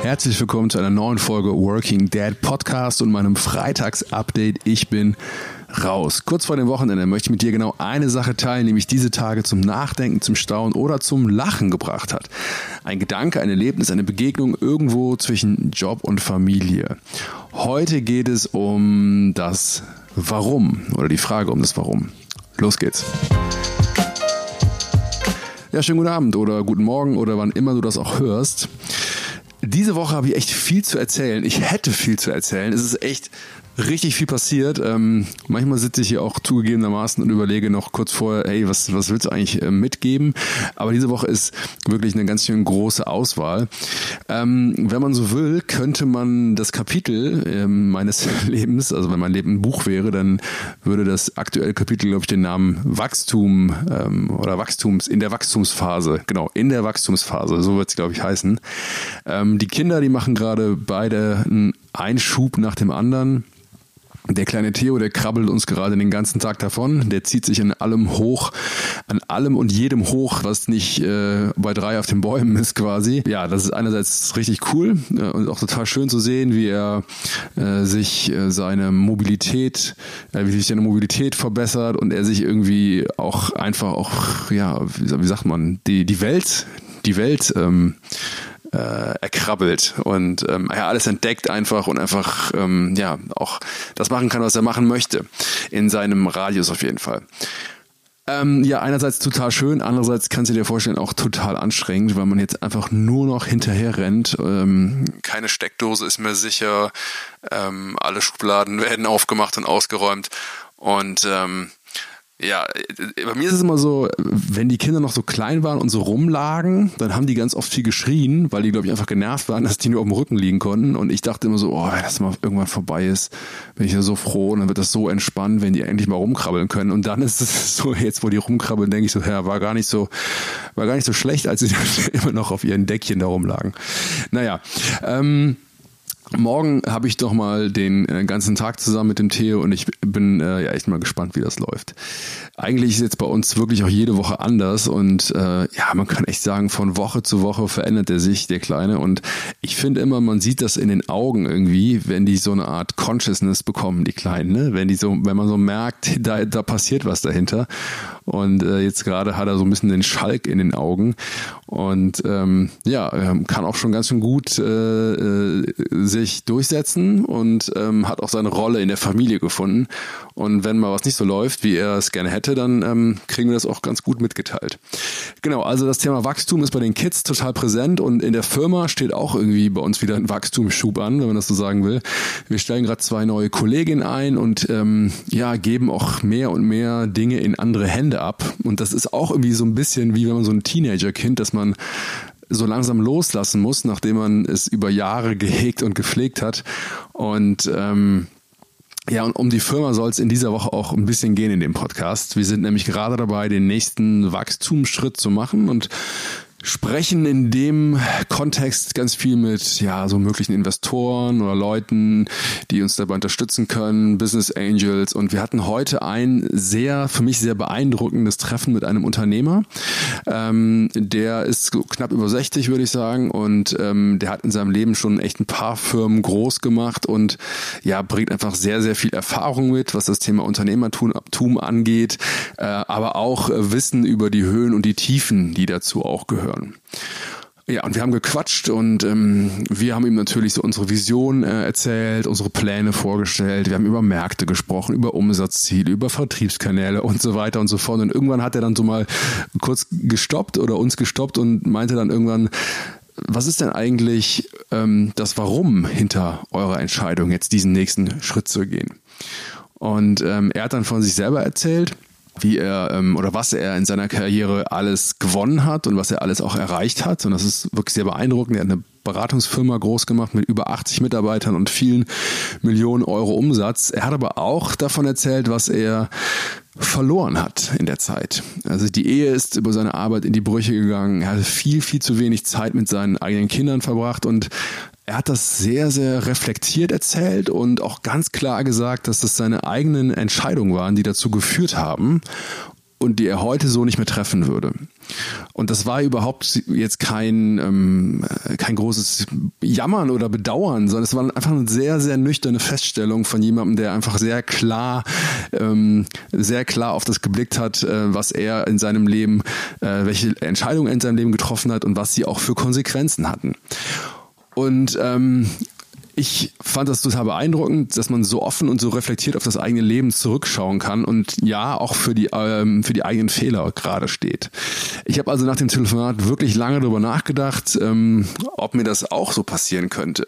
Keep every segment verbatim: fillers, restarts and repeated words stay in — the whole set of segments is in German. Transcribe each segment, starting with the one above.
Herzlich willkommen zu einer neuen Folge Working Dad Podcast und meinem Freitags-Update. Ich bin raus. Kurz vor dem Wochenende möchte ich mit dir genau eine Sache teilen, die mich diese Tage zum Nachdenken, zum Staunen oder zum Lachen gebracht hat. Ein Gedanke, ein Erlebnis, eine Begegnung irgendwo zwischen Job und Familie. Heute geht es um das Warum oder die Frage um das Warum. Los geht's. Ja, schönen guten Abend oder guten Morgen oder wann immer du das auch hörst. Diese Woche habe ich echt viel zu erzählen. Ich hätte viel zu erzählen. Es ist echt richtig viel passiert. Ähm, manchmal sitze ich hier auch zugegebenermaßen und überlege noch kurz vorher, hey, was, was willst du eigentlich äh, mitgeben? Aber diese Woche ist wirklich eine ganz schön große Auswahl. Ähm, wenn man so will, könnte man das Kapitel ähm, meines Lebens, also wenn mein Leben ein Buch wäre, dann würde das aktuelle Kapitel, glaube ich, den Namen Wachstum ähm, oder Wachstums, in der Wachstumsphase, genau, in der Wachstumsphase, so wird es, glaube ich, heißen. Ähm, die Kinder, die machen gerade beide einen Einschub nach dem anderen. Der kleine Theo, der krabbelt uns gerade den ganzen Tag davon. Der zieht sich an allem hoch, an allem und jedem hoch, was nicht äh, bei drei auf den Bäumen ist quasi. Ja, das ist einerseits richtig cool äh, und auch total schön zu sehen, wie er äh, sich äh, seine Mobilität, äh, wie sich seine Mobilität verbessert und er sich irgendwie auch einfach auch, ja, wie, wie sagt man, die die Welt, die Welt ähm, Äh, erkrabbelt und ähm, ja, alles entdeckt einfach und einfach ähm, ja auch das machen kann, was er machen möchte, in seinem Radius auf jeden Fall. Ähm, ja, einerseits total schön, andererseits kannst du dir vorstellen, auch total anstrengend, weil man jetzt einfach nur noch hinterher rennt. Ähm, keine Steckdose ist mehr sicher, ähm, alle Schubladen werden aufgemacht und ausgeräumt und ähm, ja, bei mir ist es immer so, wenn die Kinder noch so klein waren und so rumlagen, dann haben die ganz oft viel geschrien, weil die, glaube ich, einfach genervt waren, dass die nur auf dem Rücken liegen konnten. Und ich dachte immer so, oh, wenn das mal irgendwann vorbei ist, bin ich ja so froh und dann wird das so entspannt, wenn die endlich mal rumkrabbeln können. Und dann ist es so, jetzt wo die rumkrabbeln, denke ich so, ja, war gar nicht so, war gar nicht so schlecht, als sie immer noch auf ihren Deckchen da rumlagen. Naja, ähm, morgen habe ich doch mal den äh, ganzen Tag zusammen mit dem Theo und ich bin äh, ja echt mal gespannt, wie das läuft. Eigentlich ist jetzt bei uns wirklich auch jede Woche anders und äh, ja, man kann echt sagen, von Woche zu Woche verändert er sich, der Kleine, und ich finde immer, man sieht das in den Augen irgendwie, wenn die so eine Art Consciousness bekommen, die Kleinen, ne? Wenn die so, wenn man so merkt, da, da passiert was dahinter. Und äh, jetzt gerade hat er so ein bisschen den Schalk in den Augen und ähm, ja, kann auch schon ganz schön gut äh, äh, sich durchsetzen und ähm, hat auch seine Rolle in der Familie gefunden. Und wenn mal was nicht so läuft, wie er es gerne hätte, dann ähm, kriegen wir das auch ganz gut mitgeteilt. Genau, also das Thema Wachstum ist bei den Kids total präsent und in der Firma steht auch irgendwie bei uns wieder ein Wachstumsschub an, wenn man das so sagen will. Wir stellen gerade zwei neue Kolleginnen ein und ähm, ja, geben auch mehr und mehr Dinge in andere Hände ab. Und das ist auch irgendwie so ein bisschen wie wenn man so ein Teenagerkind, das man so langsam loslassen muss, nachdem man es über Jahre gehegt und gepflegt hat. Und ähm, ja, und um die Firma soll es in dieser Woche auch ein bisschen gehen in dem Podcast. Wir sind nämlich gerade dabei, den nächsten Wachstumsschritt zu machen und sprechen in dem Kontext ganz viel mit ja so möglichen Investoren oder Leuten, die uns dabei unterstützen können, Business Angels. Und wir hatten heute ein sehr, für mich sehr beeindruckendes Treffen mit einem Unternehmer. Ähm, der ist so knapp über sechzig, würde ich sagen, und ähm, der hat in seinem Leben schon echt ein paar Firmen groß gemacht und ja bringt einfach sehr, sehr viel Erfahrung mit, was das Thema Unternehmertum angeht, äh, aber auch äh, Wissen über die Höhen und die Tiefen, die dazu auch gehören. Ja, und wir haben gequatscht und ähm, wir haben ihm natürlich so unsere Vision äh, erzählt, unsere Pläne vorgestellt. Wir haben über Märkte gesprochen, über Umsatzziele, über Vertriebskanäle und so weiter und so fort. Und irgendwann hat er dann so mal kurz gestoppt oder uns gestoppt und meinte dann irgendwann, was ist denn eigentlich ähm, das Warum hinter eurer Entscheidung, jetzt diesen nächsten Schritt zu gehen? Und ähm, er hat dann von sich selber erzählt, wie er ähm, oder was er in seiner Karriere alles gewonnen hat und was er alles auch erreicht hat. Und das ist wirklich sehr beeindruckend. Er hat eine Beratungsfirma groß gemacht mit über achtzig Mitarbeitern und vielen Millionen Euro Umsatz. Er hat aber auch davon erzählt, was er verloren hat in der Zeit. Also die Ehe ist über seine Arbeit in die Brüche gegangen. Er hatte viel, viel zu wenig Zeit mit seinen eigenen Kindern verbracht und er hat das sehr, sehr reflektiert erzählt und auch ganz klar gesagt, dass das seine eigenen Entscheidungen waren, die dazu geführt haben. und die er heute so nicht mehr treffen würde. Und das war überhaupt jetzt kein, ähm, kein großes Jammern oder Bedauern, sondern es war einfach eine sehr, sehr nüchterne Feststellung von jemandem, der einfach sehr klar, ähm, sehr klar auf das geblickt hat, äh, was er in seinem Leben, äh, welche Entscheidungen er in seinem Leben getroffen hat und was sie auch für Konsequenzen hatten. Und ähm, ich fand das total beeindruckend, dass man so offen und so reflektiert auf das eigene Leben zurückschauen kann und ja, auch für die, ähm, für die eigenen Fehler gerade steht. Ich habe also nach dem Telefonat wirklich lange darüber nachgedacht, ähm, ob mir das auch so passieren könnte.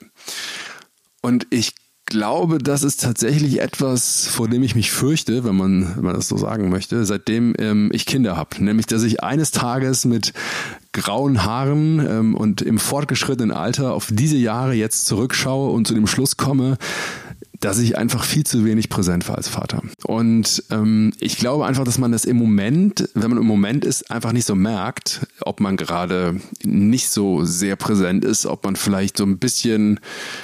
Und ich glaube, das ist tatsächlich etwas, vor dem ich mich fürchte, wenn man, wenn man das so sagen möchte, seitdem ähm, ich Kinder habe. Nämlich, dass ich eines Tages mit grauen Haaren ähm, und im fortgeschrittenen Alter auf diese Jahre jetzt zurückschaue und zu dem Schluss komme, dass ich einfach viel zu wenig präsent war als Vater. Und ähm, ich glaube einfach, dass man das im Moment, wenn man im Moment ist, einfach nicht so merkt, ob man gerade nicht so sehr präsent ist, ob man vielleicht so ein bisschen,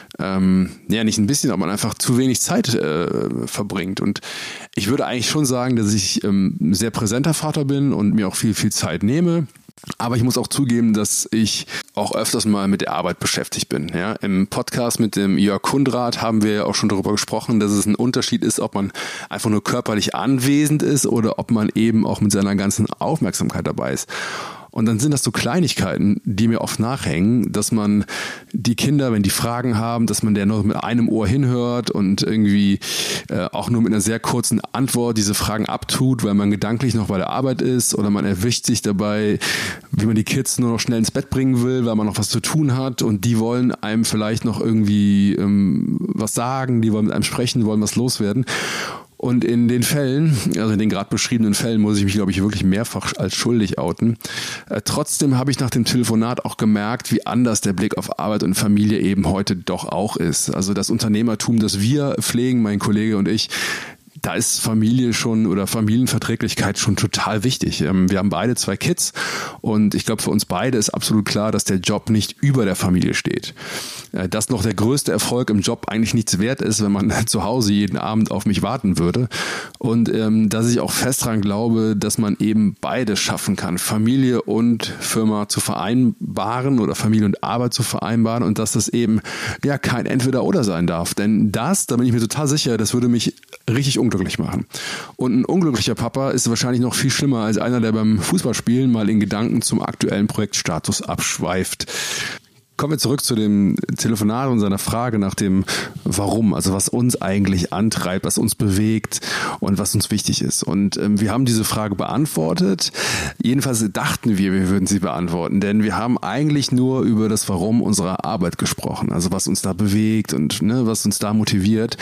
ähm, ja nicht ein bisschen, ob man einfach zu wenig Zeit äh, verbringt. Und ich würde eigentlich schon sagen, dass ich ähm, sehr präsenter Vater bin und mir auch viel, viel Zeit nehme. Aber ich muss auch zugeben, dass ich auch öfters mal mit der Arbeit beschäftigt bin. Ja, im Podcast mit dem Jörg Kundrath haben wir ja auch schon darüber gesprochen, dass es ein Unterschied ist, ob man einfach nur körperlich anwesend ist oder ob man eben auch mit seiner ganzen Aufmerksamkeit dabei ist. Und dann sind das so Kleinigkeiten, die mir oft nachhängen, dass man die Kinder, wenn die Fragen haben, dass man der nur mit einem Ohr hinhört und irgendwie äh, auch nur mit einer sehr kurzen Antwort diese Fragen abtut, weil man gedanklich noch bei der Arbeit ist oder man erwischt sich dabei, wie man die Kids nur noch schnell ins Bett bringen will, weil man noch was zu tun hat und die wollen einem vielleicht noch irgendwie ähm, was sagen, die wollen mit einem sprechen, wollen was loswerden. Und in den Fällen, also in den gerade beschriebenen Fällen, muss ich mich, glaube ich, wirklich mehrfach als schuldig outen. Äh, trotzdem habe ich nach dem Telefonat auch gemerkt, wie anders der Blick auf Arbeit und Familie eben heute doch auch ist. Also das Unternehmertum, das wir pflegen, mein Kollege und ich, da ist Familie schon oder Familienverträglichkeit schon total wichtig. Wir haben beide zwei Kids und ich glaube, für uns beide ist absolut klar, dass der Job nicht über der Familie steht. Dass noch der größte Erfolg im Job eigentlich nichts wert ist, wenn man zu Hause jeden Abend auf mich warten würde. Und ähm, dass ich auch fest daran glaube, dass man eben beides schaffen kann, Familie und Firma zu vereinbaren oder Familie und Arbeit zu vereinbaren und dass das eben ja kein Entweder-Oder sein darf. Denn das, da bin ich mir total sicher, das würde mich richtig unglücklich machen. Und ein unglücklicher Papa ist wahrscheinlich noch viel schlimmer als einer, der beim Fußballspielen mal in Gedanken zum aktuellen Projektstatus abschweift. Kommen wir zurück zu dem Telefonat und seiner Frage nach dem Warum, also was uns eigentlich antreibt, was uns bewegt und was uns wichtig ist. Und ähm, wir haben diese Frage beantwortet. Jedenfalls dachten wir, wir würden sie beantworten, denn wir haben eigentlich nur über das Warum unserer Arbeit gesprochen, also was uns da bewegt und ne, was uns da motiviert.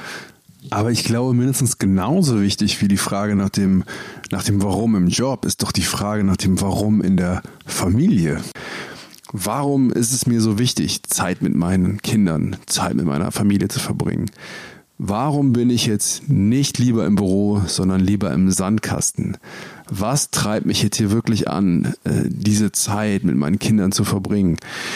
Aber ich glaube, mindestens genauso wichtig wie die Frage nach dem, nach dem Warum im Job ist doch die Frage nach dem Warum in der Familie. Warum ist es mir so wichtig, Zeit mit meinen Kindern, Zeit mit meiner Familie zu verbringen? Warum bin ich jetzt nicht lieber im Büro, sondern lieber im Sandkasten? Was treibt mich jetzt hier wirklich an, diese Zeit mit meinen Kindern zu verbringen?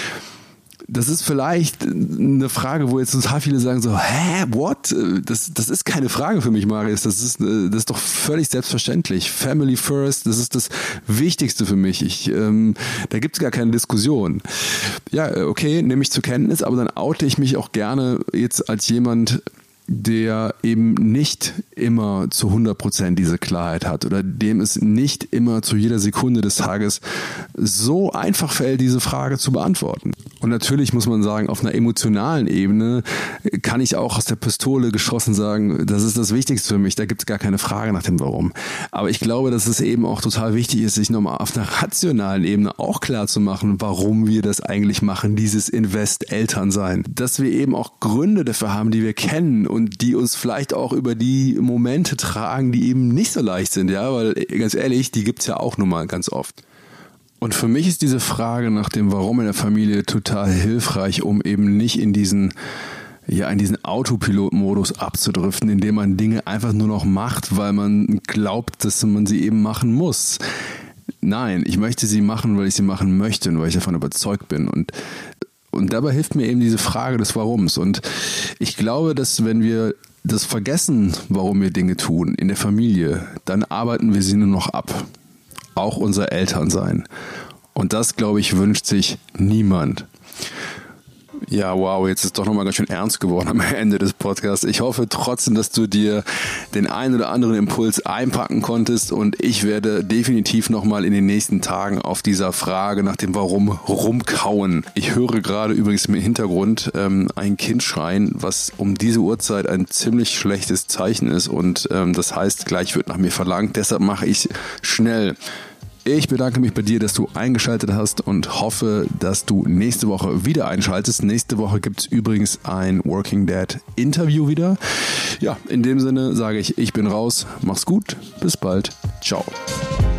Das ist vielleicht eine Frage, wo jetzt total viele sagen so, hä, what? Das, das ist keine Frage für mich, Marius. Das ist, das ist doch völlig selbstverständlich. Family first, das ist das Wichtigste für mich. Ich, ähm, da gibt's gar keine Diskussion. Ja, okay, nehme ich zur Kenntnis, aber dann oute ich mich auch gerne jetzt als jemand, der eben nicht immer zu hundert Prozent diese Klarheit hat oder dem es nicht immer zu jeder Sekunde des Tages so einfach fällt, diese Frage zu beantworten. Und natürlich muss man sagen, auf einer emotionalen Ebene kann ich auch aus der Pistole geschossen sagen, das ist das Wichtigste für mich, da gibt es gar keine Frage nach dem Warum. Aber ich glaube, dass es eben auch total wichtig ist, sich nochmal auf einer rationalen Ebene auch klar zu machen, warum wir das eigentlich machen, dieses Invest-Elternsein. Dass wir eben auch Gründe dafür haben, die wir kennen und die uns vielleicht auch über die Momente tragen, die eben nicht so leicht sind, ja, weil ganz ehrlich, die gibt's ja auch nun mal ganz oft. Und für mich ist diese Frage nach dem Warum in der Familie total hilfreich, um eben nicht in diesen ja in diesen Autopilot-Modus abzudriften, indem man Dinge einfach nur noch macht, weil man glaubt, dass man sie eben machen muss. Nein, ich möchte sie machen, weil ich sie machen möchte und weil ich davon überzeugt bin. Und Und dabei hilft mir eben diese Frage des Warums. Und ich glaube, dass wenn wir das Vergessen, warum wir Dinge tun in der Familie, dann arbeiten wir sie nur noch ab. Auch unser Elternsein. Und das, glaube ich, wünscht sich niemand. Ja, wow, jetzt ist doch nochmal ganz schön ernst geworden am Ende des Podcasts. Ich hoffe trotzdem, dass du dir den einen oder anderen Impuls einpacken konntest und ich werde definitiv nochmal in den nächsten Tagen auf dieser Frage nach dem Warum rumkauen. Ich höre gerade übrigens im Hintergrund ähm, ein Kind schreien, was um diese Uhrzeit ein ziemlich schlechtes Zeichen ist und ähm, das heißt, gleich wird nach mir verlangt. Deshalb mache ich schnell. Ich bedanke mich bei dir, dass du eingeschaltet hast und hoffe, dass du nächste Woche wieder einschaltest. Nächste Woche gibt es übrigens ein Working Dad Interview wieder. Ja, in dem Sinne sage ich, ich bin raus. Mach's gut. Bis bald. Ciao.